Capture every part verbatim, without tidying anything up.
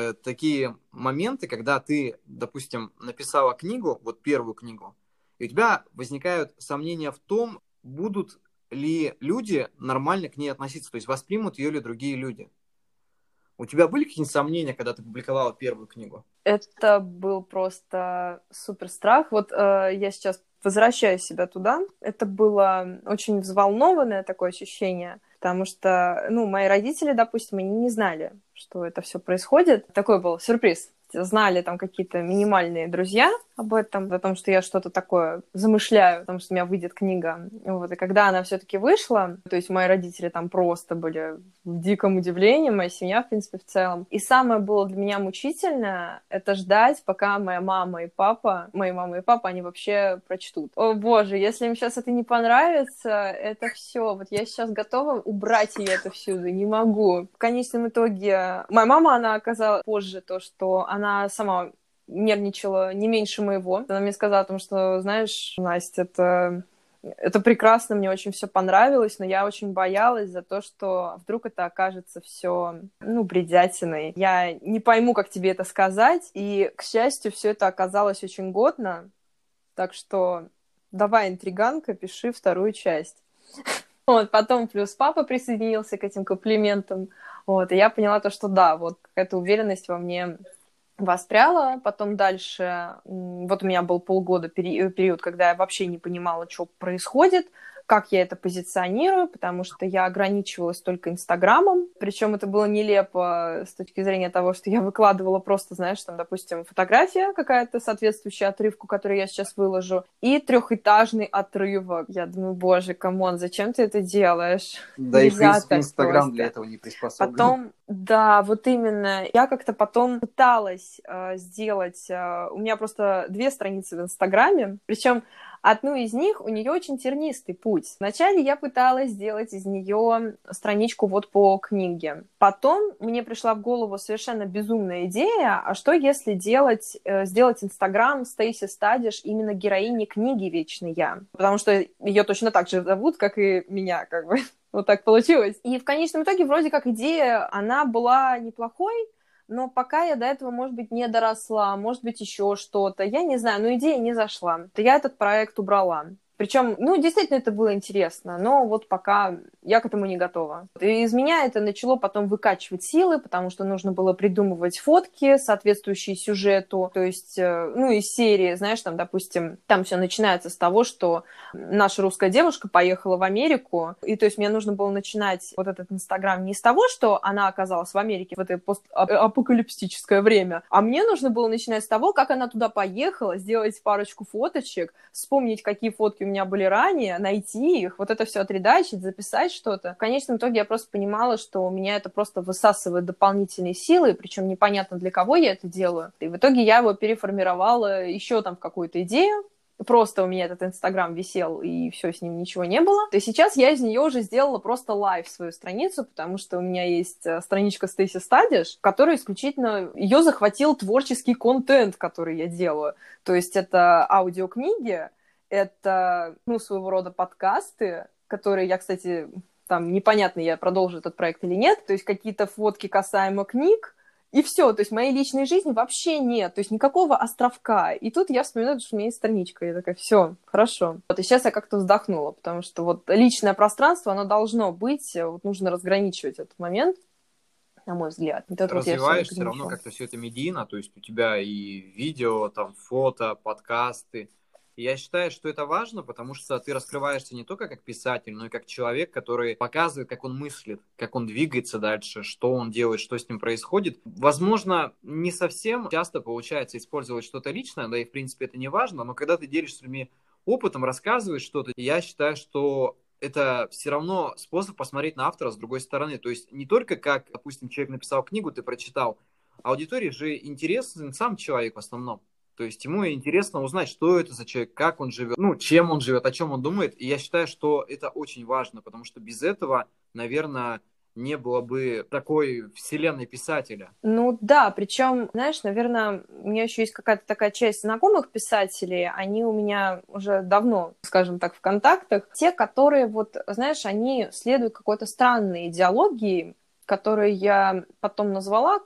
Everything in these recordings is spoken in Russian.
э, такие моменты, когда ты, допустим, написала книгу, вот первую книгу, и у тебя возникают сомнения в том, будут ли люди нормально к ней относиться, то есть воспримут ее ли другие люди. У тебя были какие-нибудь сомнения, когда ты публиковала первую книгу? Это был просто супер страх. Вот э, я сейчас возвращаю себя туда. Это было очень взволнованное такое ощущение, потому что, ну, мои родители, допустим, они не знали, что это все происходит. Такой был сюрприз. Знали там какие-то минимальные друзья об этом, о том, что я что-то такое замышляю, о том, что у меня выйдет книга. Вот. И когда она все-таки вышла, то есть мои родители там просто были в диком удивлении, моя семья, в принципе, в целом. И самое было для меня мучительное — это ждать, пока моя мама и папа, мои мама и папа, они вообще прочтут. О боже, если им сейчас это не понравится, это все. Вот я сейчас готова убрать ее отовсюду, не могу. В конечном итоге моя мама, она оказала позже то, что она сама нервничала не меньше моего. Она мне сказала о том, что, знаешь, Настя, это, это прекрасно, мне очень все понравилось, но я очень боялась за то, что вдруг это окажется все, ну, бредятиной. Я не пойму, как тебе это сказать, и, к счастью, все это оказалось очень годно, так что давай, интриганка, пиши вторую часть. Вот, потом плюс папа присоединился к этим комплиментам, вот, и я поняла то, что да, вот какая-то уверенность во мне воспряла. Потом дальше, вот у меня был полгода пери- период, когда я вообще не понимала, что происходит, как я это позиционирую, потому что я ограничивалась только Инстаграмом. Причем это было нелепо с точки зрения того, что я выкладывала просто, знаешь, там, допустим, фотография какая-то, соответствующая отрывку, который я сейчас выложу, и трехэтажный отрывок. Я думаю, боже, камон, зачем ты это делаешь? Да, и, в Нельзя принципе, так Инстаграм для просто. этого не приспособлен. Потом, да, вот именно. Я как-то потом пыталась э, сделать... Э, у меня просто две страницы в Инстаграме, причем одну из них, у нее очень тернистый путь. Вначале я пыталась сделать из нее страничку вот по книге. Потом мне пришла в голову совершенно безумная идея, а что если делать, э, сделать Инстаграм Стейси Стадиш именно героини книги «Вечный я»? Потому что ее точно так же зовут, как и меня, как бы. Вот так получилось. И в конечном итоге вроде как идея, она была неплохой, но пока я до этого, может быть, не доросла, может быть, еще что-то. Я не знаю, но идея не зашла. То я этот проект убрала. Причем, ну, действительно, это было интересно, но вот пока я к этому не готова. И из меня это начало потом выкачивать силы, потому что нужно было придумывать фотки, соответствующие сюжету, то есть, ну, из серии, знаешь, там, допустим, там все начинается с того, что наша русская девушка поехала в Америку, и то есть мне нужно было начинать вот этот Инстаграм не с того, что она оказалась в Америке в это постапокалиптическое время, а мне нужно было начинать с того, как она туда поехала, сделать парочку фоточек, вспомнить, какие фотки у меня были ранее, найти их, вот это все отредачить, записать что-то. В конечном итоге я просто понимала, что у меня это просто высасывает дополнительные силы, причем непонятно для кого я это делаю. И в итоге я его переформировала еще там в какую-то идею. Просто у меня этот Инстаграм висел, и все, с ним ничего не было. И сейчас я из нее уже сделала просто лайв свою страницу, потому что у меня есть страничка Стейси Стадиш, которая исключительно... Ее захватил творческий контент, который я делаю. То есть это аудиокниги, это, ну, своего рода подкасты, которые я, кстати, там непонятно, я продолжу этот проект или нет, то есть какие-то фотки касаемо книг, и все, то есть моей личной жизни вообще нет, то есть никакого островка. И тут я вспоминаю, что у меня есть страничка, я такая, все, хорошо. Вот, и сейчас я как-то вздохнула, потому что вот личное пространство, оно должно быть, вот нужно разграничивать этот момент, на мой взгляд. Вот это Развиваешь вот все равно как-то все это медийно, то есть у тебя и видео, там, фото, подкасты. И я считаю, что это важно, потому что ты раскрываешься не только как писатель, но и как человек, который показывает, как он мыслит, как он двигается дальше, что он делает, что с ним происходит. Возможно, не совсем часто получается использовать что-то личное, да и в принципе это не важно, но когда ты делишься своими опытом, рассказываешь что-то, я считаю, что это все равно способ посмотреть на автора с другой стороны. То есть не только как, допустим, человек написал книгу, ты прочитал. Аудитории же интересен сам человек в основном. То есть ему интересно узнать, что это за человек, как он живет, ну, чем он живет, о чем он думает. И я считаю, что это очень важно, потому что без этого, наверное, не было бы такой вселенной писателя. Ну да, причем, знаешь, наверное, у меня еще есть какая-то такая часть знакомых писателей, они у меня уже давно, скажем так, в контактах, те, которые, вот, знаешь, они следуют какой-то странной идеологии, которую я потом назвала как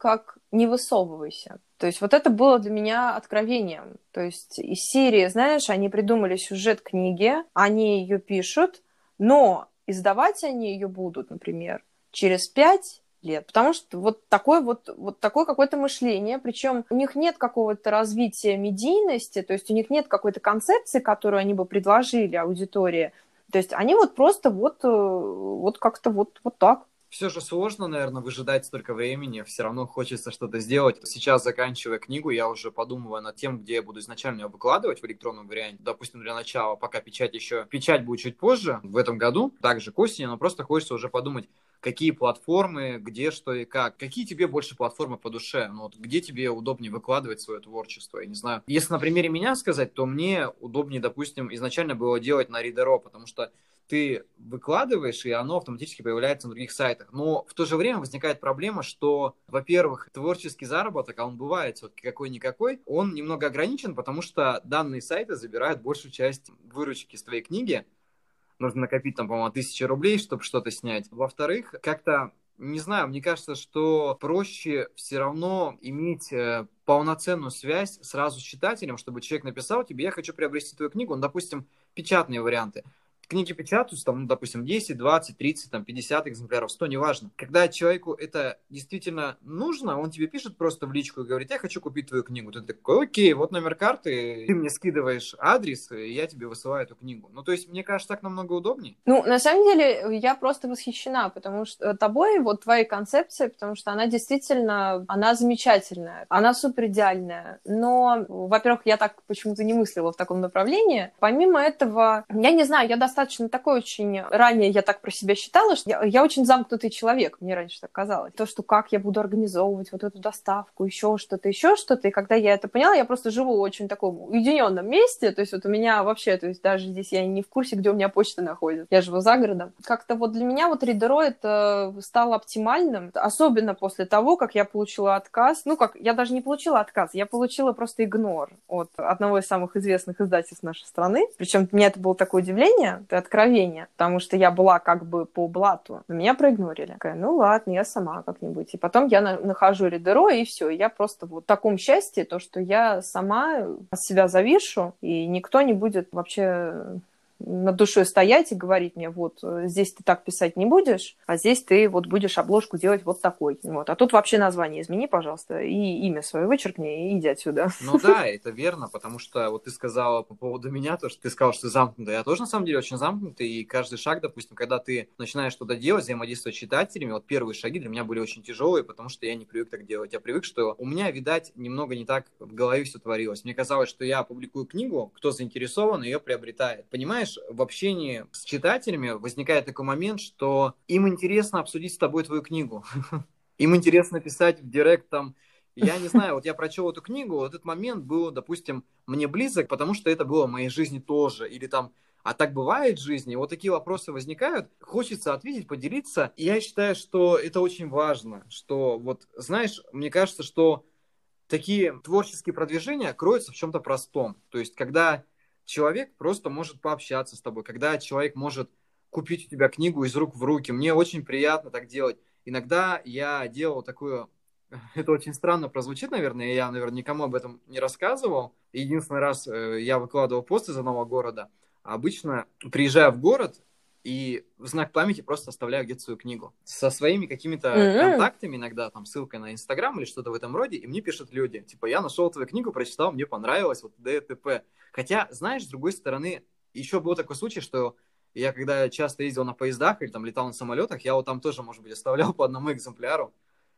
не высовывайся. То есть вот это было для меня откровением. То есть из серии, знаешь, они придумали сюжет книги, они ее пишут, но издавать они ее будут, например, через пять лет, потому что вот такое вот, вот такое какое-то мышление, причем у них нет какого-то развития медийности, то есть у них нет какой-то концепции, которую они бы предложили аудитории, то есть они вот просто вот, вот как-то вот, вот так. Все же сложно, наверное, выжидать столько времени, все равно хочется что-то сделать. Сейчас, заканчивая книгу, я уже подумываю над тем, где я буду изначально ее выкладывать в электронном варианте. Допустим, для начала, пока печать еще... Печать будет чуть позже, в этом году, также к осени, но просто хочется уже подумать, какие платформы, где, что и как. Какие тебе больше платформы по душе? Ну, вот где тебе удобнее выкладывать свое творчество? Я не знаю. Если на примере меня сказать, то мне удобнее, допустим, изначально было делать на Reader.ro, потому что ты выкладываешь, и оно автоматически появляется на других сайтах. Но в то же время возникает проблема, что, во-первых, творческий заработок, а он бывает все-таки какой-никакой, он немного ограничен, потому что данные сайты забирают большую часть выручки с твоей книги. Нужно накопить там, по-моему, тысячи рублей, чтобы что-то снять. Во-вторых, как-то, не знаю, мне кажется, что проще все равно иметь э, полноценную связь сразу с читателем, чтобы человек написал тебе: я хочу приобрести твою книгу, ну, допустим, печатные варианты. Книги печатаются, там, ну, допустим, десять, двадцать, тридцать, там, пятьдесят экземпляров, сто, неважно. Когда человеку это действительно нужно, он тебе пишет просто в личку и говорит: я хочу купить твою книгу. Ты такой: окей, вот номер карты, ты мне скидываешь адрес, и я тебе высылаю эту книгу. Ну, то есть, мне кажется, так намного удобнее. Ну, на самом деле, я просто восхищена, потому что тобой, вот твоей концепцией, потому что она действительно, она замечательная, она супер идеальная. Но, во-первых, я так почему-то не мыслила в таком направлении. Помимо этого, я не знаю, я достаточно достаточно такой очень... Ранее я так про себя считала, что я, я очень замкнутый человек, мне раньше так казалось. То, что как я буду организовывать вот эту доставку, еще что-то, еще что-то. И когда я это поняла, я просто живу в очень таком уединенном месте. То есть вот у меня вообще, то есть даже здесь я не в курсе, где у меня почта находится. Я живу за городом. Как-то вот для меня вот Reader.ro это стало оптимальным, особенно после того, как я получила отказ. Ну, как, я даже не получила отказ, я получила просто игнор от одного из самых известных издательств нашей страны. Причем для меня это было такое удивление, откровение, потому что я была как бы по блату, но меня проигнорили. Такая: ну ладно, я сама как-нибудь. И потом я на- нахожу Reader.ro, и все. И я просто вот в таком счастье, то, что я сама от себя завишу, и никто не будет вообще над душой стоять и говорить мне: вот здесь ты так писать не будешь, а здесь ты вот будешь обложку делать вот такой. Вот. А тут вообще название измени, пожалуйста, и имя свое вычеркни, и иди отсюда. Ну да, это верно, потому что вот ты сказала по поводу меня, то, что ты сказала, что ты замкнутая. Я тоже, на самом деле, очень замкнутый, и каждый шаг, допустим, когда ты начинаешь что-то делать, взаимодействовать с читателями, вот первые шаги для меня были очень тяжелые, потому что я не привык так делать. Я привык, что у меня, видать, немного не так в голове все творилось. Мне казалось, что я публикую книгу, кто заинтересован, ее приобретает. Понимаешь, в общении с читателями возникает такой момент, что им интересно обсудить с тобой твою книгу. Им интересно писать в директ там: я не знаю, вот я прочел эту книгу, вот этот момент был, допустим, мне близок, потому что это было в моей жизни тоже. Или там: а так бывает в жизни? Вот такие вопросы возникают. Хочется ответить, поделиться. И я считаю, что это очень важно. Что вот, знаешь, мне кажется, что такие творческие продвижения кроются в чем-то простом. То есть, когда человек просто может пообщаться с тобой, когда человек может купить у тебя книгу из рук в руки. Мне очень приятно так делать. Иногда я делал такую... Это очень странно прозвучит, наверное, я, наверное, никому об этом не рассказывал. Единственный раз я выкладывал пост из одного города. А обычно, приезжая в город, и в знак памяти просто оставляю где-то свою книгу. Со своими какими-то mm-hmm. контактами, иногда там ссылкой на Инстаграм или что-то в этом роде, и мне пишут люди, типа: я нашел твою книгу, прочитал, мне понравилось, вот т.д. и т.п. Хотя, знаешь, с другой стороны, еще был такой случай, что я, когда часто ездил на поездах или там летал на самолетах, я вот там тоже, может быть, оставлял по одному экземпляру.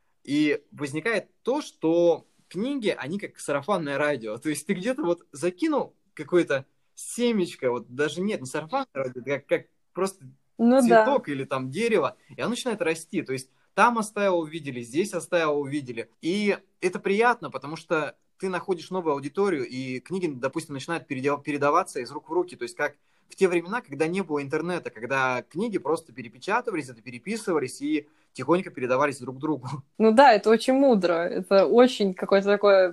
И возникает то, что книги, они как сарафанное радио. То есть ты где-то вот закинул какое-то семечко, вот даже нет, не сарафанное радио, как, как просто ну, цветок да. или там дерево, и оно начинает расти. То есть там оставил, увидели, здесь оставил, увидели. И это приятно, потому что ты находишь новую аудиторию, и книги, допустим, начинают передаваться из рук в руки. То есть как в те времена, когда не было интернета, когда книги просто перепечатывались, это переписывались и тихонько передавались друг другу. Ну да, это очень мудро. Это очень какое-то такое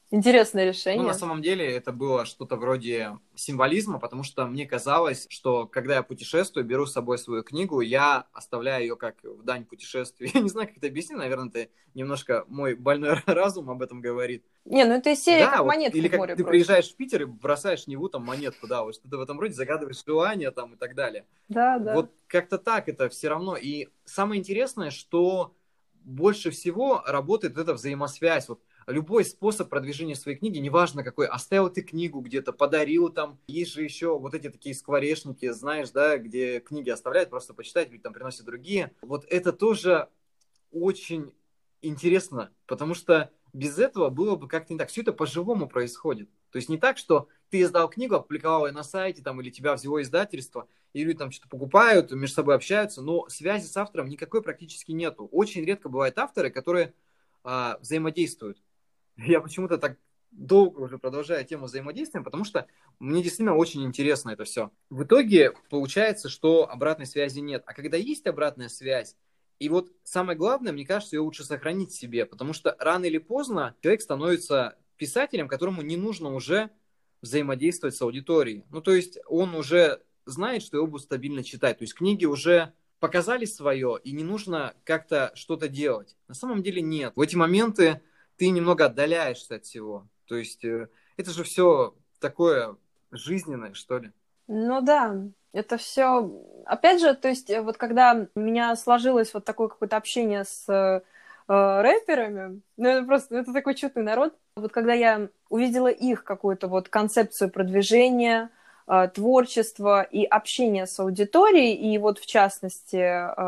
Интересное Ну, на решение. самом деле, это было что-то вроде символизма, потому что мне казалось, что когда я путешествую, беру с собой свою книгу, я оставляю ее как в дань путешествию. Я не знаю, как это объяснить, наверное, это немножко мой больной разум об этом говорит. Не, ну это из серии Да, как вот, или монетку в как море ты бросить. приезжаешь в Питер и бросаешь Неву там монетку, да, вот что-то в этом роде, загадываешь желание там и так далее. Да, да. Вот как-то так это все равно. И самое интересное, что больше всего работает эта взаимосвязь. Вот любой способ продвижения своей книги, неважно какой, оставил ты книгу где-то, подарил там. Есть же еще вот эти такие скворечники, знаешь, да, где книги оставляют, просто почитать, или там приносят другие. Вот это тоже очень интересно, потому что без этого было бы как-то не так. Все это по-живому происходит. То есть не так, что ты издал книгу, опубликовал ее на сайте, там, или тебя взяло издательство, и люди там что-то покупают, между собой общаются, но связи с автором никакой практически нету. Очень редко бывают авторы, которые а, взаимодействуют. Я почему-то так долго уже продолжаю тему взаимодействия, потому что мне действительно очень интересно это все. В итоге получается, что обратной связи нет. А когда есть обратная связь, и вот самое главное, мне кажется, ее лучше сохранить в себе, потому что рано или поздно человек становится писателем, которому не нужно уже взаимодействовать с аудиторией. Ну, то есть он уже знает, что его будут стабильно читать. То есть книги уже показали свое, и не нужно как-то что-то делать. На самом деле нет. В эти моменты ты немного отдаляешься от всего. То есть э, это же все такое жизненное, что ли. Ну да, это все. Опять же, то есть, э, вот когда у меня сложилось вот такое какое-то общение с э, э, рэперами, ну это просто, ну, это такой чудный народ. Вот когда я увидела их какую-то вот концепцию продвижения, э, творчества и общения с аудиторией, и вот в частности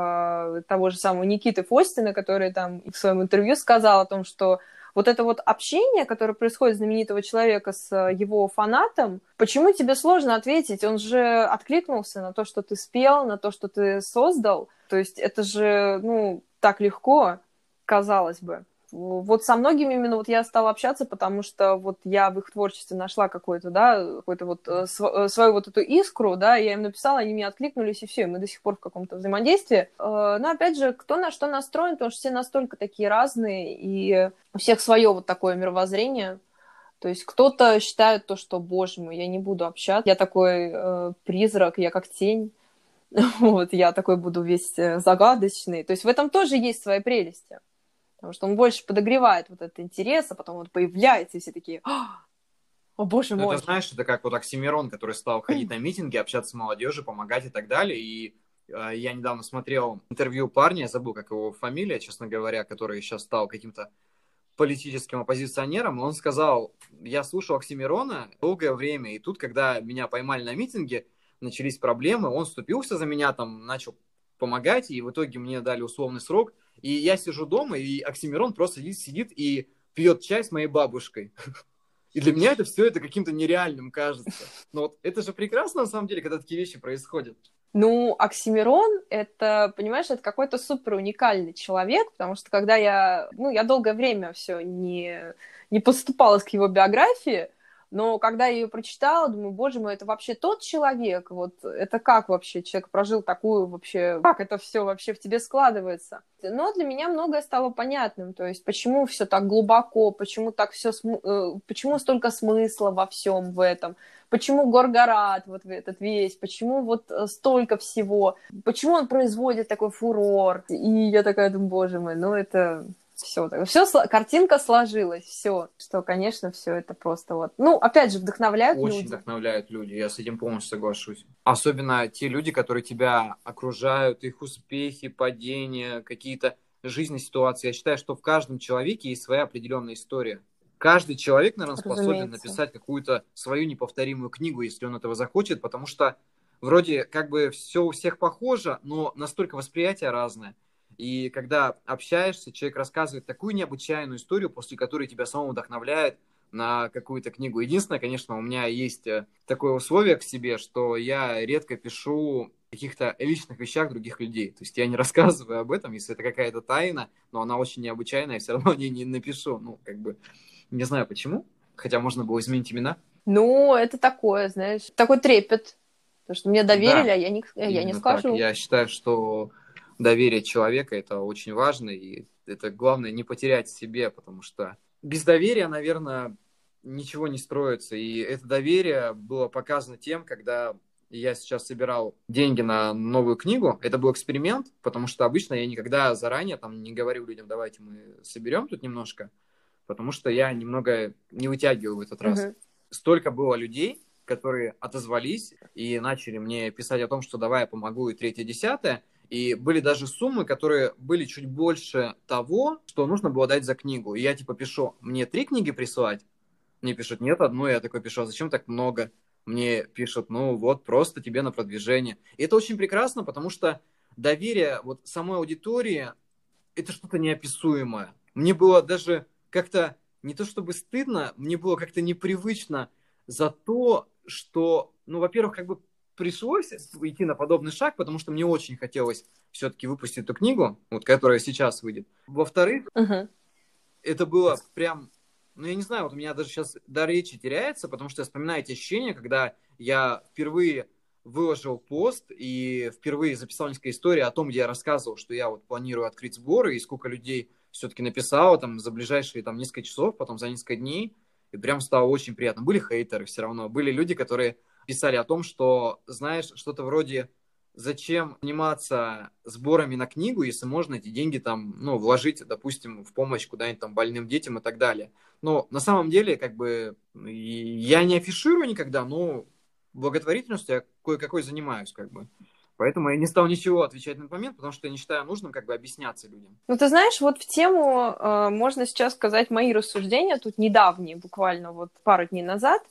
э, того же самого Никиты Фостина, который там в своем интервью сказал о том, что вот это вот общение, которое происходит знаменитого человека с его фанатом, почему тебе сложно ответить? Он же откликнулся на то, что ты спел, на то, что ты создал. То есть это же, ну, так легко, казалось бы. Вот со многими именно вот я стала общаться, потому что вот я в их творчестве нашла какую-то, да, какую-то вот э, св- э, свою вот эту искру, да, я им написала, они мне откликнулись, и все, и мы до сих пор в каком-то взаимодействии. Э, но опять же, кто на что настроен, потому что все настолько такие разные, и у всех свое вот такое мировоззрение. То есть кто-то считает то, что, боже мой, я не буду общаться, я такой э, призрак, я как тень, вот, я такой буду весь э, загадочный. То есть в этом тоже есть свои прелести. Потому что он больше подогревает вот этот интерес, а потом он появляется, и все такие, о боже Ну, это, мой. знаешь, это как вот Оксимирон, который стал ходить на митинги, общаться с молодежью, помогать и так далее. И э, я недавно смотрел интервью парня, я забыл, как его фамилия, честно говоря, который сейчас стал каким-то политическим оппозиционером. Он сказал, я слушал Оксимирона долгое время, и тут, когда меня поймали на митинге, начались проблемы, он вступился за меня, там, начал помогать, и в итоге мне дали условный срок. И я сижу дома, и Оксимирон просто сидит, сидит и пьет чай с моей бабушкой. И для меня это все это каким-то нереальным кажется. Но вот это же прекрасно, на самом деле, когда такие вещи происходят. Ну, Оксимирон, это, понимаешь, это какой-то супер уникальный человек, потому что когда я, ну, я долгое время все не, не поступалась к его биографии, но когда я ее прочитала, думаю, боже мой, это вообще тот человек, вот это как вообще человек прожил такую вообще, как это все вообще в тебе складывается. Но для меня многое стало понятным, то есть почему все так глубоко, почему так все, см... почему столько смысла во всем в этом. Почему Горгород вот этот весь, почему вот столько всего, почему он производит такой фурор. И я такая думаю, боже мой, ну это все, все, картинка сложилась, все, что, конечно, все это просто вот, ну, опять же, вдохновляют Очень люди. вдохновляют люди, я с этим полностью соглашусь. Особенно те люди, которые тебя окружают, их успехи, падения, какие-то жизненные ситуации. Я считаю, что в каждом человеке есть своя определенная история. Каждый человек, наверное, способен Разумеется. написать какую-то свою неповторимую книгу, если он этого захочет, потому что вроде как бы все у всех похоже, но настолько восприятие разное. И когда общаешься, человек рассказывает такую необычайную историю, после которой тебя самого вдохновляет на какую-то книгу. Единственное, конечно, у меня есть такое условие к себе, что я редко пишу о каких-то личных вещах других людей. То есть я не рассказываю об этом, если это какая-то тайна, но она очень необычайная, я все равно о ней не напишу. Ну, как бы, не знаю почему, хотя можно было изменить имена. Ну, это такое, знаешь, такой трепет, потому что мне доверили, Да, а я не, я не именно так. скажу. Я считаю, что доверие человека – это очень важно, и это главное не потерять в себе, потому что без доверия, наверное, ничего не строится. И это доверие было показано тем, когда я сейчас собирал деньги на новую книгу. Это был эксперимент, потому что обычно я никогда заранее там не говорю людям, давайте мы соберем тут немножко, потому что я немного не вытягиваю в этот раз. Мгм. Столько было людей, которые отозвались и начали мне писать о том, что давай я помогу и третье, десятое. И были даже суммы, которые были чуть больше того, что нужно было дать за книгу. И я типа пишу, мне три книги присылать? Мне пишут, нет, одну. Я такой пишу, а зачем так много? Мне пишут, ну вот, просто тебе на продвижение. И это очень прекрасно, потому что доверие вот самой аудитории, это что-то неописуемое. Мне было даже как-то не то чтобы стыдно, мне было как-то непривычно за то, что, ну, во-первых, как бы пришлось идти на подобный шаг, потому что мне очень хотелось все-таки выпустить эту книгу, вот, которая сейчас выйдет. Во-вторых, Мгм. это было прям, ну, я не знаю, вот у меня даже сейчас дар речи теряется, потому что я вспоминаю эти ощущения, когда я впервые выложил пост и впервые записал несколько историй о том, где я рассказывал, что я вот планирую открыть сборы, и сколько людей все-таки написало там за ближайшие там несколько часов, потом за несколько дней, и прям стало очень приятно. Были хейтеры все равно, были люди, которые писали о том, что, знаешь, что-то вроде зачем заниматься сборами на книгу, если можно эти деньги там, ну, вложить, допустим, в помощь куда-нибудь там больным детям и так далее. Но на самом деле, как бы, и я не афиширую никогда, но благотворительностью я кое-какой занимаюсь, как бы. Поэтому я не стал ничего отвечать на этот момент, потому что я не считаю нужным как бы объясняться людям. Ну, ты знаешь, вот в тему э, можно сейчас сказать мои рассуждения, тут недавние, буквально вот пару дней назад.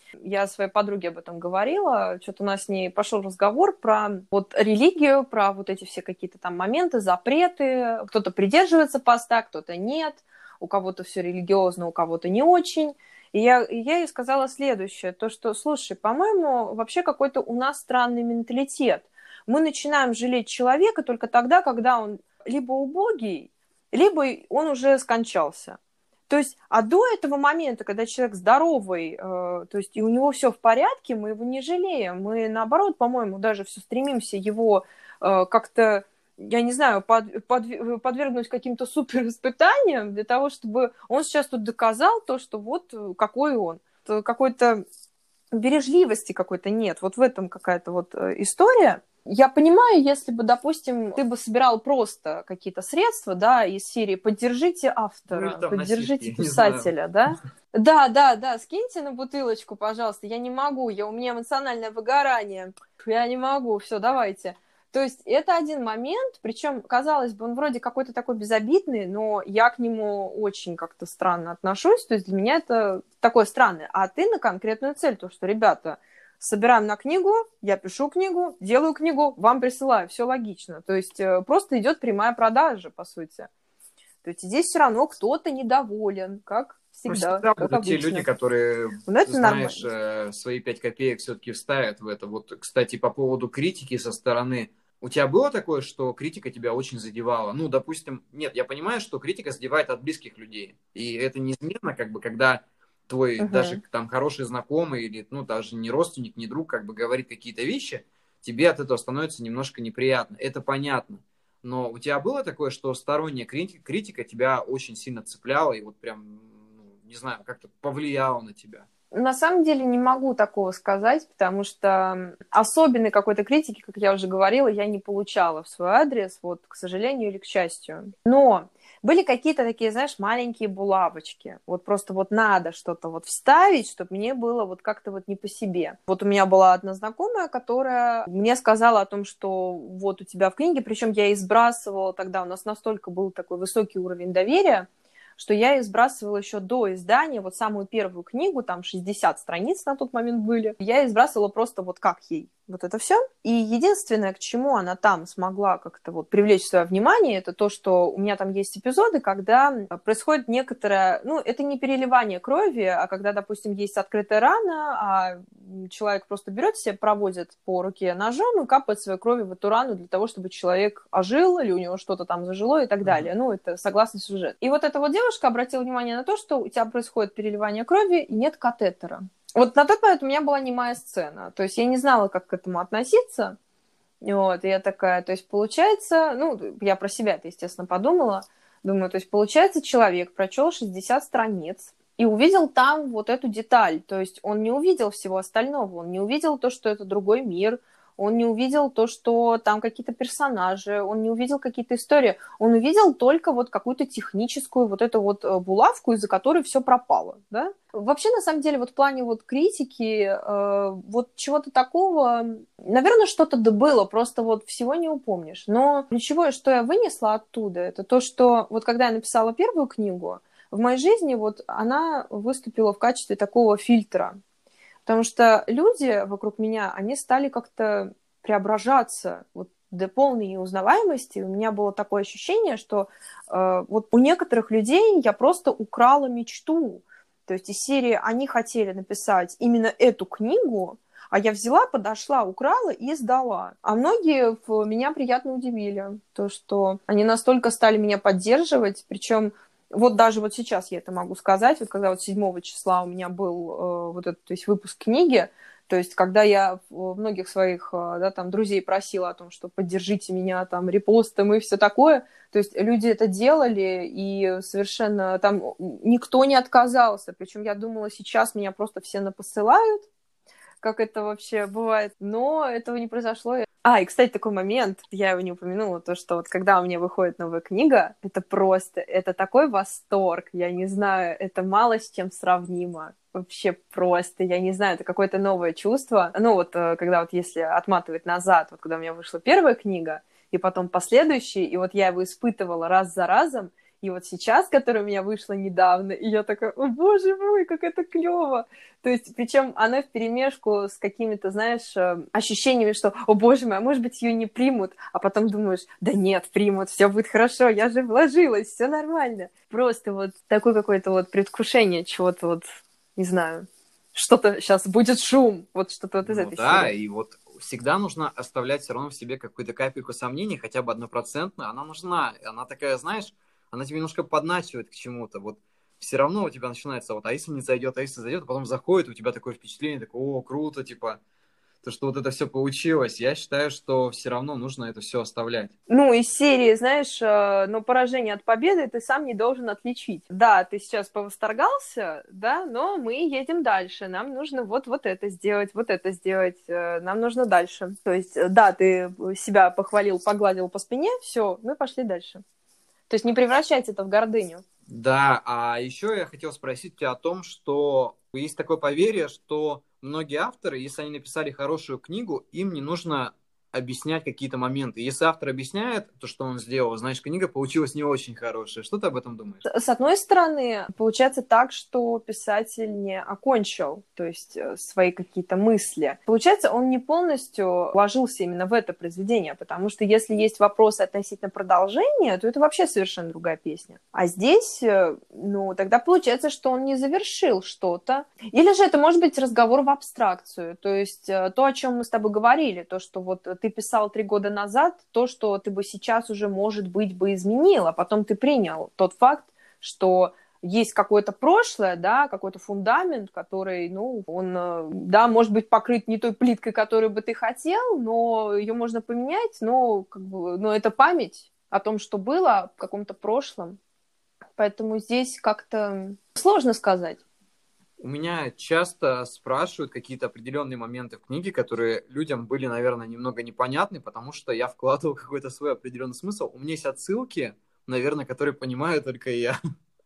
Я своей подруге об этом говорила, что-то у нас с ней пошел разговор про вот религию, про вот эти все какие-то там моменты, запреты. Кто-то придерживается поста, кто-то нет, у кого-то все религиозно, у кого-то не очень. И я, и я ей сказала следующее, то что, слушай, по-моему, вообще какой-то у нас странный менталитет. Мы начинаем жалеть человека только тогда, когда он либо убогий, либо он уже скончался. То есть, а до этого момента, когда человек здоровый, э, то есть и у него все в порядке, мы его не жалеем. Мы, наоборот, по-моему, даже все стремимся его э, как-то, я не знаю, под, под, подвергнуть каким-то супериспытаниям для того, чтобы он сейчас тут доказал то, что вот какой он. Какой-то бережливости какой-то нет. Вот в этом какая-то вот история. Я понимаю, если бы, допустим, ты бы собирал просто какие-то средства, да, из серии «Поддержите автора», Ну, «Поддержите носишки, писателя», да? Да, да, да, скиньте на бутылочку, пожалуйста, я не могу, я, у меня эмоциональное выгорание, я не могу, все, давайте. То есть это один момент, причем, казалось бы, он вроде какой-то такой безобидный, но я к нему очень как-то странно отношусь, то есть для меня это такое странное. А ты на конкретную цель, то, что, ребята, собираем на книгу, я пишу книгу, делаю книгу, вам присылаю, все логично. То есть просто идет прямая продажа, по сути. То есть здесь все равно кто-то недоволен, как всегда, всегда как будут те обычно. люди, которые, Но это знаешь, нормально. свои пять копеек все-таки вставят в это. Вот, кстати, по поводу критики со стороны. У тебя было такое, что критика тебя очень задевала? Ну, допустим, нет, я понимаю, что критика задевает от близких людей. И это неизменно, как бы, когда твой Угу. даже там хороший знакомый или, ну, даже не родственник, не друг, как бы говорит какие-то вещи, тебе от этого становится немножко неприятно. Это понятно. Но у тебя было такое, что сторонняя критика тебя очень сильно цепляла и вот прям, ну, не знаю, как-то повлияла на тебя? На самом деле не могу такого сказать, потому что особенной какой-то критики, как я уже говорила, я не получала в свой адрес, вот, к сожалению или к счастью. Но были какие-то такие, знаешь, маленькие булавочки. Вот просто вот надо что-то вот вставить, чтобы мне было вот как-то вот не по себе. Вот у меня была одна знакомая, которая мне сказала о том, что вот у тебя в книге, причем я и сбрасывала тогда, у нас настолько был такой высокий уровень доверия, что я их сбрасывала еще до издания, вот самую первую книгу, там шестьдесят страниц на тот момент были, я их сбрасывала просто вот как ей, вот это все. И единственное, к чему она там смогла как-то вот привлечь свое внимание, это то, что у меня там есть эпизоды, когда происходит некоторое, ну, это не переливание крови, а когда, допустим, есть открытая рана, а человек просто берет себе, проводит по руке ножом и капает своей кровью в эту рану для того, чтобы человек ожил, или у него что-то там зажило и так далее. Ну, это согласно сюжету. И вот эта вот девушка обратила внимание на то, что у тебя происходит переливание крови и нет катетера. Вот на тот момент у меня была немая сцена. То есть я не знала, как к этому относиться. Вот, и я такая, то есть получается, ну, я про себя это, естественно, подумала. Думаю, то есть получается, человек прочел шестьдесят страниц, и увидел там вот эту деталь. То есть он не увидел всего остального, он не увидел то, что это другой мир, он не увидел то, что там какие-то персонажи, он не увидел какие-то истории, он увидел только вот какую-то техническую вот эту вот булавку, из-за которой все пропало, да? Вообще, на самом деле, вот в плане вот критики, э, вот чего-то такого, наверное, что-то да было, просто вот всего не упомнишь. Но ключевое, что я вынесла оттуда, это то, что вот когда я написала первую книгу, в моей жизни вот она выступила в качестве такого фильтра. Потому что люди вокруг меня, они стали как-то преображаться вот до полной неузнаваемости. У меня было такое ощущение, что э, вот у некоторых людей я просто украла мечту. То есть из серии они хотели написать именно эту книгу, а я взяла, подошла, украла и сдала. А многие меня приятно удивили. То, что они настолько стали меня поддерживать, причем вот даже вот сейчас я это могу сказать, вот когда вот седьмого числа у меня был э, вот этот, то есть выпуск книги, то есть когда я многих своих э, да, там, друзей просила о том, что поддержите меня там репостом и все такое, то есть люди это делали, и совершенно там никто не отказался, причем я думала, сейчас меня просто все напосылают, как это вообще бывает, но этого не произошло. А, и, кстати, такой момент, я его не упомянула, то, что вот когда у меня выходит новая книга, это просто, это такой восторг, я не знаю, это мало с чем сравнимо, вообще просто, я не знаю, это какое-то новое чувство. Ну вот, когда вот если отматывать назад, вот когда у меня вышла первая книга, и потом последующие, и вот я его испытывала раз за разом, и вот сейчас, которая у меня вышла недавно, и я такая, о боже мой, как это клево. То есть, причем она вперемешку с какими-то, знаешь, ощущениями, что, о боже мой, а может быть, ее не примут, а потом думаешь, да нет, примут, все будет хорошо, я же вложилась, все нормально. Просто вот такое какое-то вот предвкушение чего-то вот, не знаю, что-то сейчас будет шум, вот что-то вот из Ну этой да, серии. и вот всегда нужно оставлять все равно в себе какую-то капельку сомнений, хотя бы однопроцентную, она нужна. Она такая, знаешь, она тебе немножко подначивает к чему-то. Вот все равно у тебя начинается вот, а если не зайдет, а если зайдет, а потом заходит, у тебя такое впечатление, такое, о, круто, типа, то, что вот это все получилось. Я считаю, что все равно нужно это все оставлять. Ну, из серии, знаешь, э, но поражение от победы ты сам не должен отличить. Да, ты сейчас повосторгался, да, но мы едем дальше. Нам нужно вот, вот это сделать, вот это сделать. э, Нам нужно дальше. То есть, э, да, ты себя похвалил, погладил по спине, все, мы пошли дальше. То есть не превращать это в гордыню. Да, а еще я хотел спросить тебя о том, что есть такое поверье, что многие авторы, если они написали хорошую книгу, им не нужно объяснять какие-то моменты. Если автор объясняет то, что он сделал, значит, книга получилась не очень хорошая. Что ты об этом думаешь? С одной стороны, получается так, что писатель не окончил, то есть э, свои какие-то мысли. Получается, он не полностью вложился именно в это произведение, потому что если есть вопросы относительно продолжения, то это вообще совершенно другая песня. А здесь, э, ну, тогда получается, что он не завершил что-то. Или же это может быть разговор в абстракцию, то есть э, то, о чем мы с тобой говорили, то, что вот ты писал три года назад, то, что ты бы сейчас уже, может быть, бы изменил, а потом ты принял тот факт, что есть какое-то прошлое, да, какой-то фундамент, который, ну, он, да, может быть покрыт не той плиткой, которую бы ты хотел, но ее можно поменять, но, как бы, но это память о том, что было в каком-то прошлом. Поэтому здесь как-то сложно сказать. У меня часто спрашивают какие-то определенные моменты в книге, которые людям были, наверное, немного непонятны, потому что я вкладывал какой-то свой определенный смысл. У меня есть отсылки, наверное, которые понимаю только я.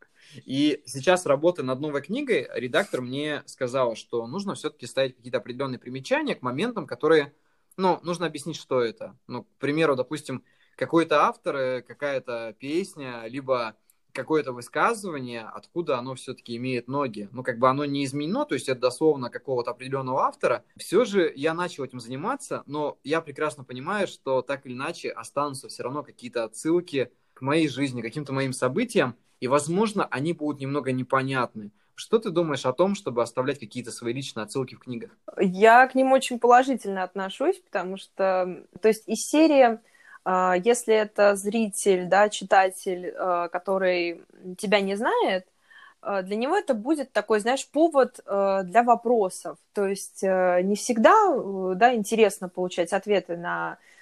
И сейчас, работая над новой книгой, редактор мне сказал, что нужно все-таки ставить какие-то определенные примечания к моментам, которые, ну, нужно объяснить, что это. Ну, к примеру, допустим, какой-то автор, э, какая-то песня, либо какое-то высказывание, откуда оно все-таки имеет ноги. Ну, как бы оно не изменено, то есть это дословно какого-то определенного автора. Все же я начал этим заниматься, но я прекрасно понимаю, что так или иначе останутся все равно какие-то отсылки к моей жизни, к каким-то моим событиям, и, возможно, они будут немного непонятны. Что ты думаешь о том, чтобы оставлять какие-то свои личные отсылки в книгах? Я к ним очень положительно отношусь, потому что, то есть из серии, если это зритель, да, читатель, который тебя не знает, для него это будет такой, знаешь, повод для вопросов. То есть не всегда, да, интересно получать ответы на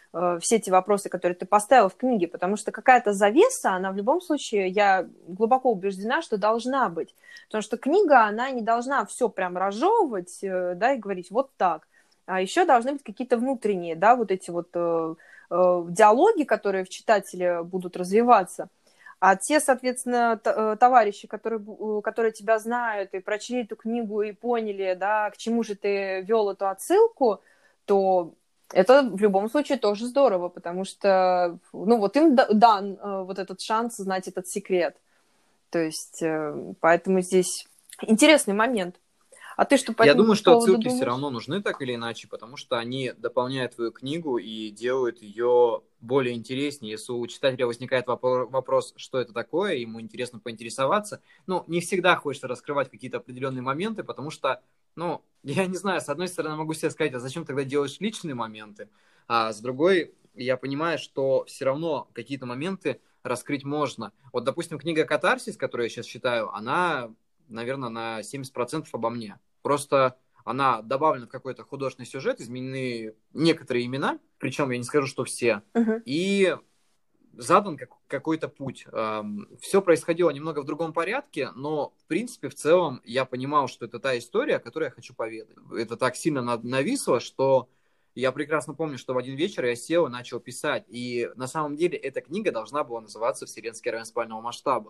э, все те вопросы, которые ты поставил в книге, потому что какая-то завеса, она в любом случае, я глубоко убеждена, что должна быть. Потому что книга, она не должна все прям разжевывать, э, да, и говорить вот так. А еще должны быть какие-то внутренние, да, вот эти вот э, э, диалоги, которые в читателе будут развиваться. А те, соответственно, товарищи, которые, которые тебя знают и прочли эту книгу и поняли, да, к чему же ты вел эту отсылку, то это в любом случае тоже здорово, потому что, ну, вот им дан вот этот шанс знать этот секрет. То есть, поэтому здесь интересный момент. А ты что по Я этому думаю, что поводу отсылки думаешь? все равно нужны так или иначе, потому что они дополняют твою книгу и делают ее более интереснее. Если у читателя возникает вопрос, что это такое, ему интересно поинтересоваться. Ну, не всегда хочется раскрывать какие-то определенные моменты, потому что, ну, я не знаю, с одной стороны могу себе сказать, а зачем тогда делаешь личные моменты? А с другой, я понимаю, что все равно какие-то моменты раскрыть можно. Вот, допустим, книга «Катарсис», которую я сейчас читаю, она, наверное, на семьдесят процентов обо мне. Просто она добавлена в какой-то художественный сюжет, изменены некоторые имена, причем я не скажу, что все, uh-huh. и задан как, какой-то путь. Эм, все происходило немного в другом порядке, но, в принципе, в целом я понимал, что это та история, о которой я хочу поведать. Это так сильно нависло, что я прекрасно помню, что в один вечер я сел и начал писать. И на самом деле эта книга должна была называться «Вселенский район спального масштаба».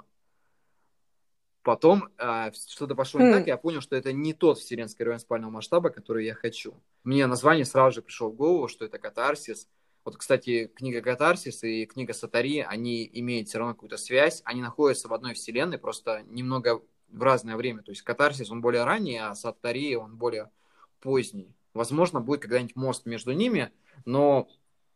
Потом э, что-то пошло не Mm. так, и я понял, что это не тот вселенский район спального масштаба, который я хочу. Мне название сразу же пришло в голову, что это «Катарсис». Вот, кстати, книга «Катарсис» и книга «Сатари», они имеют все равно какую-то связь. Они находятся в одной вселенной, просто немного в разное время. То есть «Катарсис», он более ранний, а «Сатари», он более поздний. Возможно, будет когда-нибудь мост между ними, но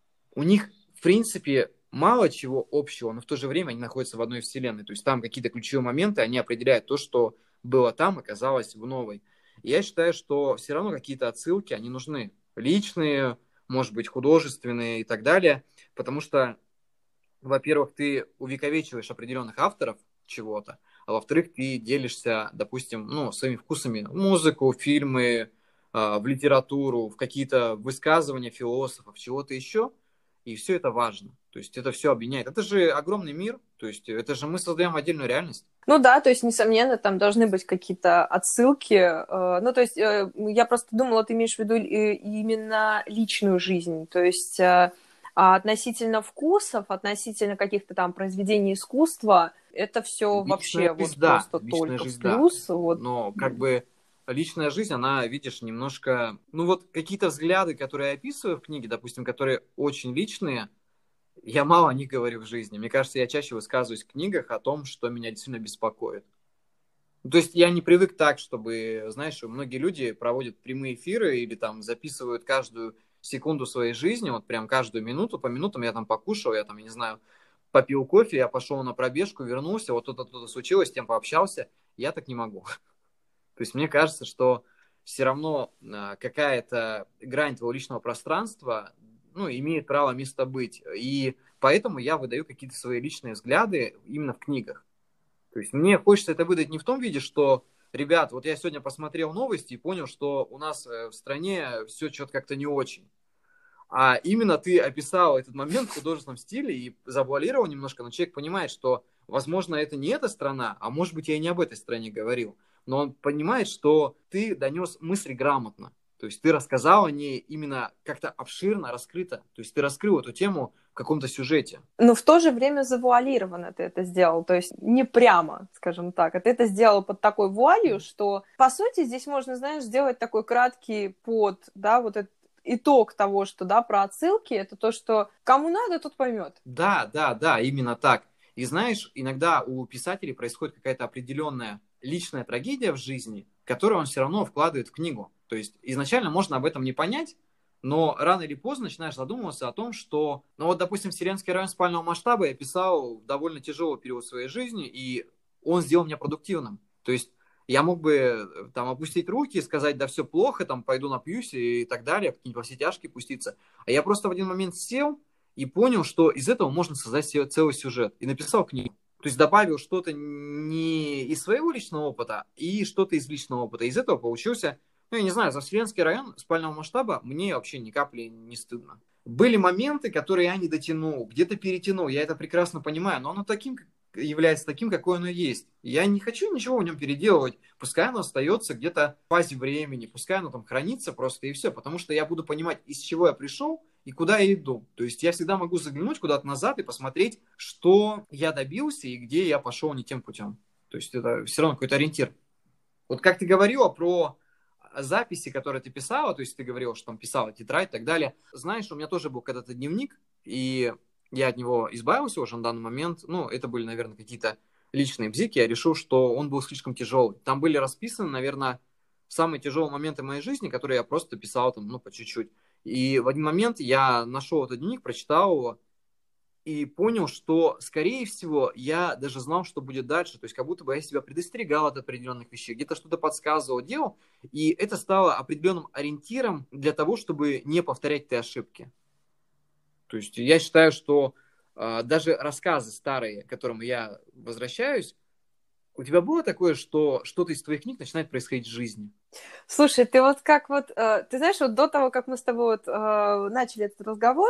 у них, в принципе, мало чего общего, но в то же время они находятся в одной вселенной. То есть там какие-то ключевые моменты, они определяют то, что было там, оказалось в новой. И я считаю, что все равно какие-то отсылки, они нужны. Личные, может быть, художественные и так далее. Потому что, во-первых, ты увековечиваешь определенных авторов чего-то, а во-вторых, ты делишься, допустим, ну, своими вкусами в музыку, фильмы, в литературу, в какие-то высказывания философов, чего-то еще. И все это важно. То есть это все объединяет. Это же огромный мир. То есть это же мы создаем отдельную реальность. Ну да, то есть, несомненно, там должны быть какие-то отсылки. Ну, то есть я просто думала, ты имеешь в виду именно личную жизнь. То есть относительно вкусов, относительно каких-то там произведений искусства, это все вообще жизнь, вот да. просто Личная только жизнь, в плюс. Да. Вот. Но как бы личная жизнь, она, видишь, немножко... Ну вот какие-то взгляды, которые я описываю в книге, допустим, которые очень личные, я мало о них говорю в жизни. Мне кажется, я чаще высказываюсь в книгах о том, что меня действительно беспокоит. То есть я не привык так, чтобы, знаешь, многие люди проводят прямые эфиры или там записывают каждую секунду своей жизни, вот прям каждую минуту, по минутам я там покушал, я там, я не знаю, попил кофе, я пошел на пробежку, вернулся, вот то-то, то-то случилось, с тем пообщался. Я так не могу. То есть мне кажется, что все равно какая-то грань твоего личного пространства, ну, имеет право место быть. И поэтому я выдаю какие-то свои личные взгляды именно в книгах. То есть мне хочется это выдать не в том виде, что, ребят, вот я сегодня посмотрел новости и понял, что у нас в стране все что-то как-то не очень. А именно ты описал этот момент в художественном стиле и завуалировал немножко, но человек понимает, что, возможно, это не эта страна, а может быть, я и не об этой стране говорил. Но он понимает, что ты донес мысль грамотно. То есть ты рассказал о ней именно как-то обширно, раскрыто. То есть ты раскрыл эту тему в каком-то сюжете. Но в то же время завуалированно ты это сделал. То есть не прямо, скажем так. А ты это сделал под такой вуалью, что, по сути, здесь можно, знаешь, сделать такой краткий под, да, вот этот итог того, что, да, про отсылки, это то, что кому надо, тот поймет. Да, да, да, именно так. И знаешь, иногда у писателей происходит какая-то определенная личная трагедия в жизни, которую он все равно вкладывает в книгу. То есть изначально можно об этом не понять, но рано или поздно начинаешь задумываться о том, что, ну вот, допустим, «Вселенский район спального масштаба» я писал довольно тяжелый период своей жизни, и он сделал меня продуктивным. То есть я мог бы там опустить руки и сказать, да все плохо, там пойду напьюсь и так далее, какие-нибудь во все тяжкие пуститься. А я просто в один момент сел и понял, что из этого можно создать целый сюжет. И написал книгу. То есть добавил что-то не из своего личного опыта, и что-то из личного опыта. Из этого получился, ну, я не знаю, за «Вселенский район спального масштаба мне вообще ни капли не стыдно. Были моменты, которые я не дотянул, где-то перетянул, я это прекрасно понимаю, но оно таким является таким, какое оно есть. Я не хочу ничего в нем переделывать, пускай оно остается где-то в фазе времени, пускай оно там хранится просто и все, потому что я буду понимать, из чего я пришел и куда я иду. То есть я всегда могу заглянуть куда-то назад и посмотреть, что я добился и где я пошел не тем путем. То есть это все равно какой-то ориентир. Вот как ты говорила про записи, которые ты писала, то есть ты говорила, что там писала тетрадь и так далее. Знаешь, у меня тоже был когда-то дневник, и я от него избавился уже на данный момент. Ну, это были, наверное, какие-то личные бзики. Я решил, что он был слишком тяжелый. Там были расписаны, наверное, самые тяжелые моменты моей жизни, которые я просто писал там, ну, по чуть-чуть. И в один момент я нашел этот дневник, прочитал его, и понял, что, скорее всего, я даже знал, что будет дальше. То есть, как будто бы я себя предостерегал от определенных вещей, где-то что-то подсказывал, делал. И это стало определенным ориентиром для того, чтобы не повторять эти ошибки. То есть, я считаю, что э, даже рассказы старые, к которым я возвращаюсь, у тебя было такое, что что-то из твоих книг начинает происходить в жизни? Слушай, ты вот как вот... Э, ты знаешь, вот до того, как мы с тобой вот, э, начали этот разговор,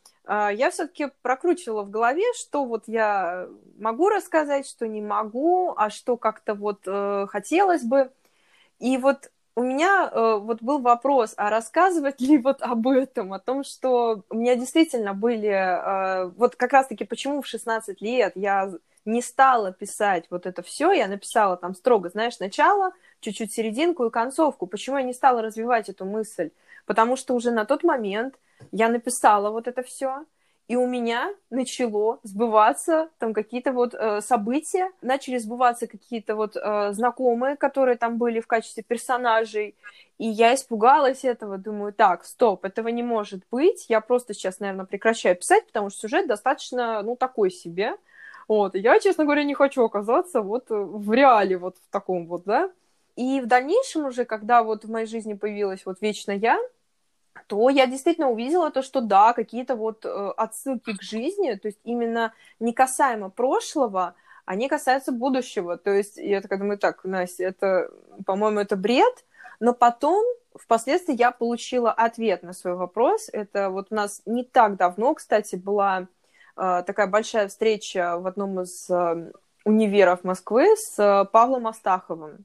я все-таки прокручивала в голове, что вот я могу рассказать, что не могу, а что как-то вот э, хотелось бы. И вот у меня э, вот был вопрос, а рассказывать ли вот об этом, о том, что у меня действительно были... Э, вот как раз-таки почему в шестнадцать лет я не стала писать вот это все, я написала там строго, знаешь, начало, чуть-чуть серединку и концовку. Почему я не стала развивать эту мысль? Потому что уже на тот момент я написала вот это все, и у меня начало сбываться там какие-то вот э, события, начали сбываться какие-то вот э, знакомые, которые там были в качестве персонажей, и я испугалась этого, думаю, так, стоп, этого не может быть, я просто сейчас, наверное, прекращаю писать, потому что сюжет достаточно, ну, такой себе, вот, и я, честно говоря, не хочу оказаться вот в реале вот в таком вот, да, и в дальнейшем уже, когда вот в моей жизни появилась вот «Вечно я», то я действительно увидела то, что да, какие-то вот э, отсылки к жизни, то есть именно не касаемо прошлого, они касаются будущего. То есть я такая думаю, так, Настя, это, по-моему, это бред, но потом, впоследствии, я получила ответ на свой вопрос. Это вот у нас не так давно, кстати, была э, такая большая встреча в одном из э, универов Москвы с э, Павлом Астаховым.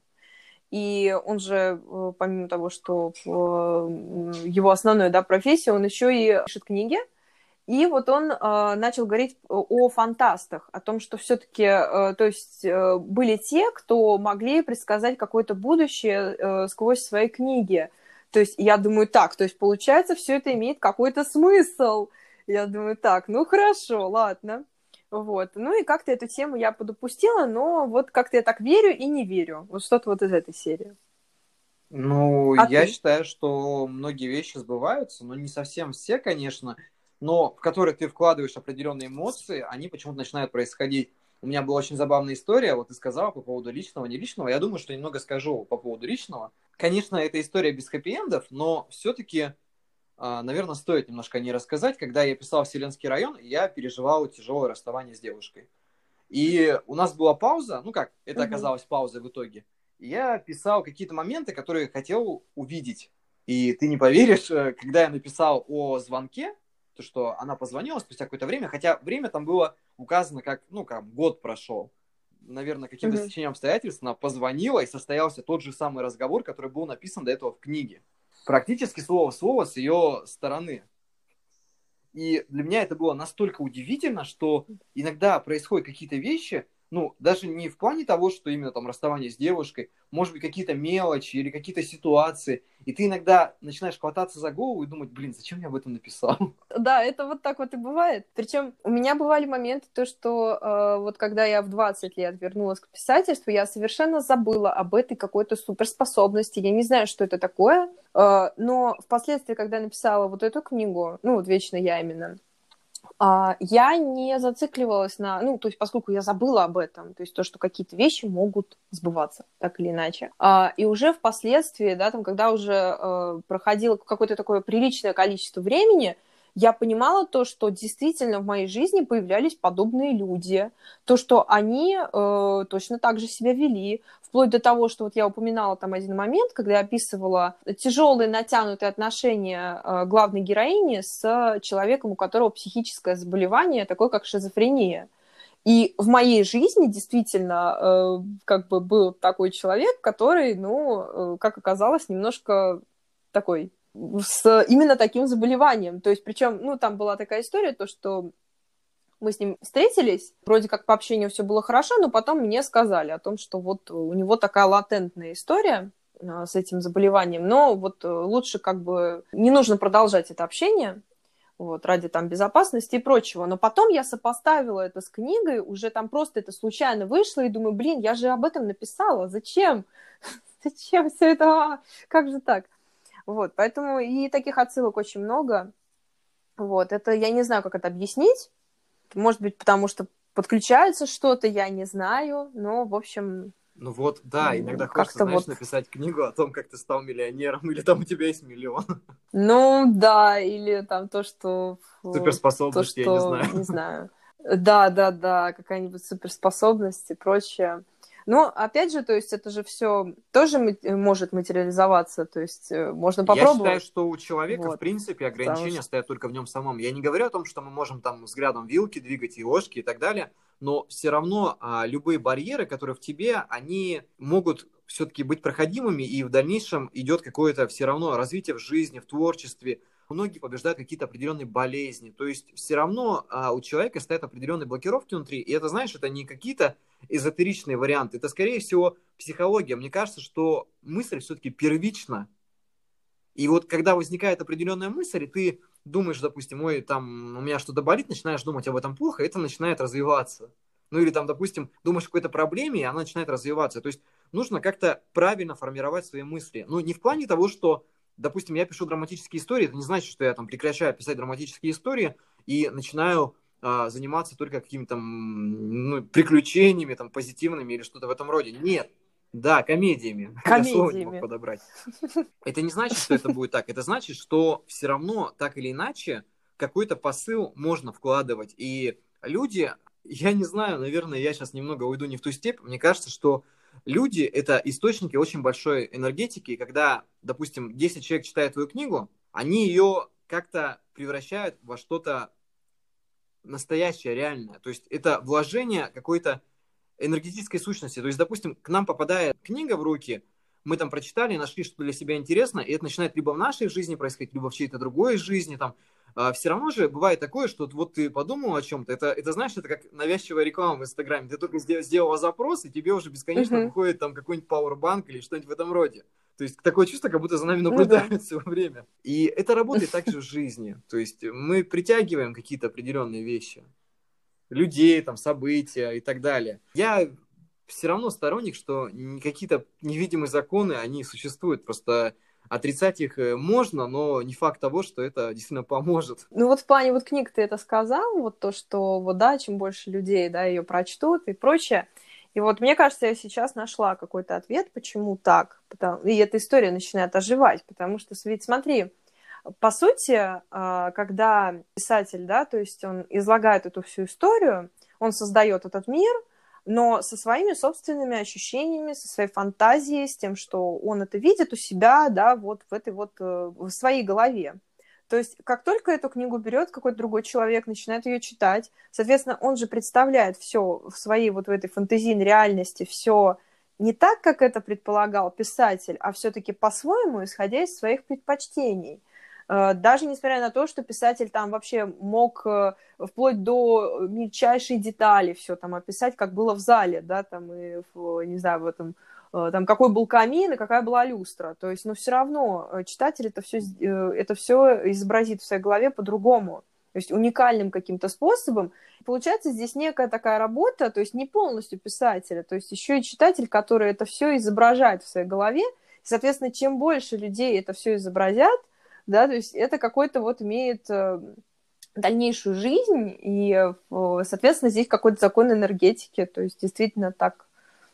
И он же, помимо того, что его основной, да, профессия, он еще и пишет книги. И вот он э, начал говорить о фантастах, о том, что все-таки, э, то есть э, были те, кто могли предсказать какое-то будущее э, сквозь свои книги. То есть я думаю, так, то есть получается, все это имеет какой-то смысл. Я думаю, так, ну хорошо, ладно. Вот. Ну и как-то эту тему я подупустила, но вот как-то я так верю и не верю. Вот что-то вот из этой серии. Ну, А я ты? считаю, что многие вещи сбываются, но не совсем все, конечно, но в которые ты вкладываешь определенные эмоции, они почему-то начинают происходить. У меня была очень забавная история, вот ты сказала по поводу личного, не личного. Я думаю, что немного скажу по поводу личного. Конечно, это история без хэппи-эндов, но все-таки, наверное, стоит немножко о ней рассказать. Когда я писал «Вселенский район», я переживал тяжелое расставание с девушкой. И у нас была пауза, ну как, это Угу. оказалось паузой в итоге. И я писал какие-то моменты, которые хотел увидеть. И ты не поверишь, когда я написал о звонке, то, что она позвонила спустя какое-то время, хотя время там было указано как, ну, как год прошел. Наверное, каким-то Угу. стечением обстоятельств она позвонила, и состоялся тот же самый разговор, который был написан до этого в книге. Практически слово в слово с ее стороны. И для меня это было настолько удивительно, что иногда происходят какие-то вещи, ну, даже не в плане того, что именно там расставание с девушкой, может быть, какие-то мелочи или какие-то ситуации, и ты иногда начинаешь хвататься за голову и думать, блин, зачем я об этом написал? Да, это вот так вот и бывает. Причем у меня бывали моменты, то, что э, вот когда я в двадцать лет вернулась к писательству, я совершенно забыла об этой какой-то суперспособности. Я не знаю, что это такое, э, но впоследствии, когда я написала вот эту книгу, ну, вот «Вечно я» именно, Uh, я не зацикливалась на... Ну, то есть, поскольку я забыла об этом, то есть то, что какие-то вещи могут сбываться, так или иначе. Uh, и уже впоследствии, да, там, когда уже uh, проходило какое-то такое приличное количество времени, я понимала то, что действительно в моей жизни появлялись подобные люди, то, что они э, точно так же себя вели, вплоть до того, что вот я упоминала там один момент, когда я описывала тяжелые натянутые отношения э, главной героини с человеком, у которого психическое заболевание, такое как шизофрения. И в моей жизни действительно э, как бы был такой человек, который, ну, э, как оказалось, немножко такой с именно таким заболеванием. То есть, причем, ну, там была такая история, то, что мы с ним встретились, вроде как по общению все было хорошо, но потом мне сказали о том, что вот у него такая латентная история э, с этим заболеванием, но вот э, лучше как бы не нужно продолжать это общение, вот, ради там безопасности и прочего. Но потом я сопоставила это с книгой, уже там просто это случайно вышло, и думаю, блин, я же об этом написала, зачем? Зачем все это? А, как же так? Вот, поэтому и таких отсылок очень много. Вот, это я не знаю, как это объяснить. Может быть, потому что подключается что-то, я не знаю, но, в общем... Ну вот, да, иногда хочется, как-то знаешь, вот... написать книгу о том, как ты стал миллионером, или там у тебя есть миллион. Ну, да, или там то, что... Суперспособность, то, я не что, знаю. не знаю. Да, да, да, какая-нибудь суперспособность и прочее. Но, опять же, то есть это же все тоже может материализоваться, то есть можно попробовать. Я считаю, что у человека, вот. в принципе, ограничения что... стоят только в нем самом. Я не говорю о том, что мы можем там взглядом вилки двигать и ложки и так далее, но все равно а, любые барьеры, которые в тебе, они могут все-таки быть проходимыми, и в дальнейшем идет какое-то все равно развитие в жизни, в творчестве. Многие побеждают какие-то определенные болезни. То есть все равно а, у человека стоят определенные блокировки внутри. И это, знаешь, это не какие-то эзотеричные варианты. Это, скорее всего, психология. Мне кажется, что мысль все-таки первична. И вот когда возникает определенная мысль, и ты думаешь, допустим, ой, там у меня что-то болит, начинаешь думать об этом плохо, это начинает развиваться. Ну или там, допустим, думаешь о какой-то проблеме, и она начинает развиваться. То есть нужно как-то правильно формировать свои мысли. Ну не в плане того, что, допустим, я пишу драматические истории, это не значит, что я там прекращаю писать драматические истории и начинаю а, заниматься только какими-то ну, приключениями там, позитивными или что-то в этом роде. Нет. Да, комедиями. Я слова не мог Комедиями. подобрать. Это не значит, что это будет так. Это значит, что все равно, так или иначе, какой-то посыл можно вкладывать. И люди, я не знаю, наверное, я сейчас немного уйду не в ту степь. Мне кажется, что люди – это источники очень большой энергетики. И когда, допустим, десять человек читают твою книгу, они ее как-то превращают во что-то настоящее, реальное. То есть это вложение какой-то энергетической сущности. То есть, допустим, к нам попадает книга в руки, мы там прочитали, нашли что-то для себя интересно, и это начинает либо в нашей жизни происходить, либо в чьей-то другой жизни. Там. А все равно же бывает такое, что вот ты подумал о чем-то, это, это знаешь, это как навязчивая реклама в Инстаграме. Ты только сделала запрос, и тебе уже бесконечно Угу. выходит там какой-нибудь пауэрбанк или что-нибудь в этом роде. То есть такое чувство, как будто за нами Ну да. наблюдают все время. И это работает также в жизни. То есть мы притягиваем какие-то определенные вещи. Людей, там, события и так далее. Я все равно сторонник, что какие-то невидимые законы, они существуют. Просто отрицать их можно, но не факт того, что это действительно поможет. Ну вот в плане вот книг ты это сказал, вот то, что вот да, чем больше людей, да, ее прочтут и прочее. И вот мне кажется, я сейчас нашла какой-то ответ, почему так. Потому... И эта история начинает оживать, потому что, ведь смотри, по сути, когда писатель, да, то есть он излагает эту всю историю, он создает этот мир, но со своими собственными ощущениями, со своей фантазией, с тем, что он это видит у себя, да, вот в этой вот, в своей голове. То есть, как только эту книгу берет какой-то другой человек, начинает ее читать, соответственно, он же представляет все в своей вот в этой фантазийной реальности, все не так, как это предполагал писатель, а все-таки по-своему, исходя из своих предпочтений. Даже несмотря на то, что писатель там вообще мог вплоть до мельчайшей детали все там описать, как было в зале, да, там и, не знаю, в этом, там какой был камин и какая была люстра. То есть, но все равно читатель это все, это все изобразит в своей голове по-другому, то есть уникальным каким-то способом. Получается здесь некая такая работа, то есть не полностью писателя, то есть еще и читатель, который это все изображает в своей голове. И, соответственно, чем больше людей это все изобразят, да, то есть это какой-то вот имеет э, дальнейшую жизнь, и, э, соответственно, здесь какой-то закон энергетики, то есть действительно так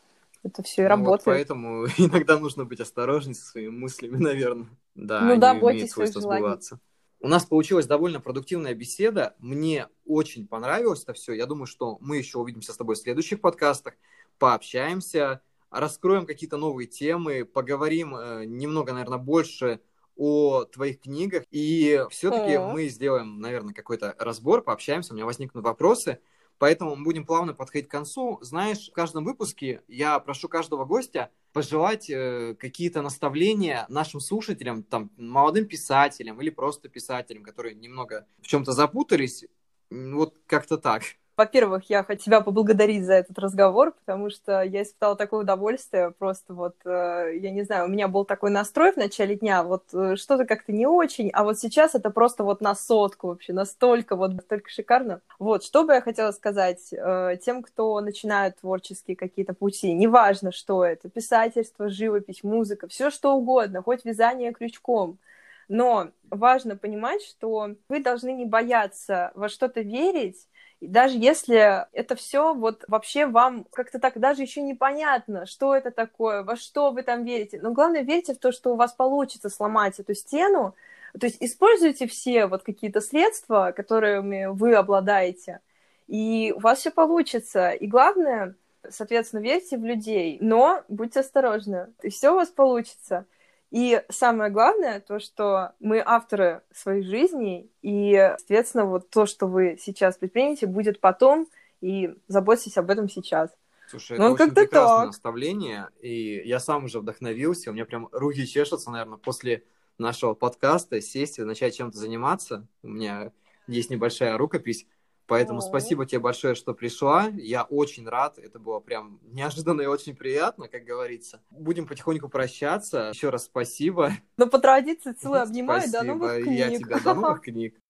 это все и ну работает. Вот поэтому иногда нужно быть осторожней со своими мыслями, наверное. Да, ну они да, имеют бойтесь своих свойство желаний. сбываться. У нас получилась довольно продуктивная беседа. Мне очень понравилось это все. Я думаю, что мы еще увидимся с тобой в следующих подкастах, пообщаемся, раскроем какие-то новые темы, поговорим э, немного, наверное, больше о твоих книгах. И все-таки О. мы сделаем, наверное, какой-то разбор, пообщаемся, у меня возникнут вопросы. Поэтому мы будем плавно подходить к концу. Знаешь, в каждом выпуске я прошу каждого гостя пожелать э, какие-то наставления нашим слушателям, там, молодым писателям или просто писателям, которые немного в чем-то запутались. Вот как-то так. Во-первых, я хочу тебя поблагодарить за этот разговор, потому что я испытала такое удовольствие, просто вот, э, я не знаю, у меня был такой настрой в начале дня, вот э, что-то как-то не очень, а вот сейчас это просто вот на сотку вообще, настолько вот, настолько шикарно. Вот, что бы я хотела сказать э, тем, кто начинает творческие какие-то пути, неважно, что это, писательство, живопись, музыка, все что угодно, хоть вязание крючком, но важно понимать, что вы должны не бояться во что-то верить, и даже если это все вот вообще вам как-то так даже еще непонятно, что это такое, во что вы там верите, но главное верьте в то, что у вас получится сломать эту стену, то есть используйте все вот какие-то средства, которыми вы обладаете, и у вас все получится. И главное, соответственно, верьте в людей, но будьте осторожны, и все у вас получится. И самое главное, то, что мы авторы своей жизни, и, соответственно, вот то, что вы сейчас предпримете, будет потом, и заботьтесь об этом сейчас. Слушай, Ну, это очень как-то прекрасное так. наставление, и я сам уже вдохновился, у меня прям руки чешутся, наверное, после нашего подкаста сесть и начать чем-то заниматься. У меня есть небольшая рукопись, поэтому О. спасибо тебе большое, что пришла. Я очень рад, это было прям неожиданно и очень приятно, как говорится. Будем потихоньку прощаться. Еще раз спасибо. Ну, по традиции целую обнимаю, до новых Спасибо, книг. я тебя до новых книг.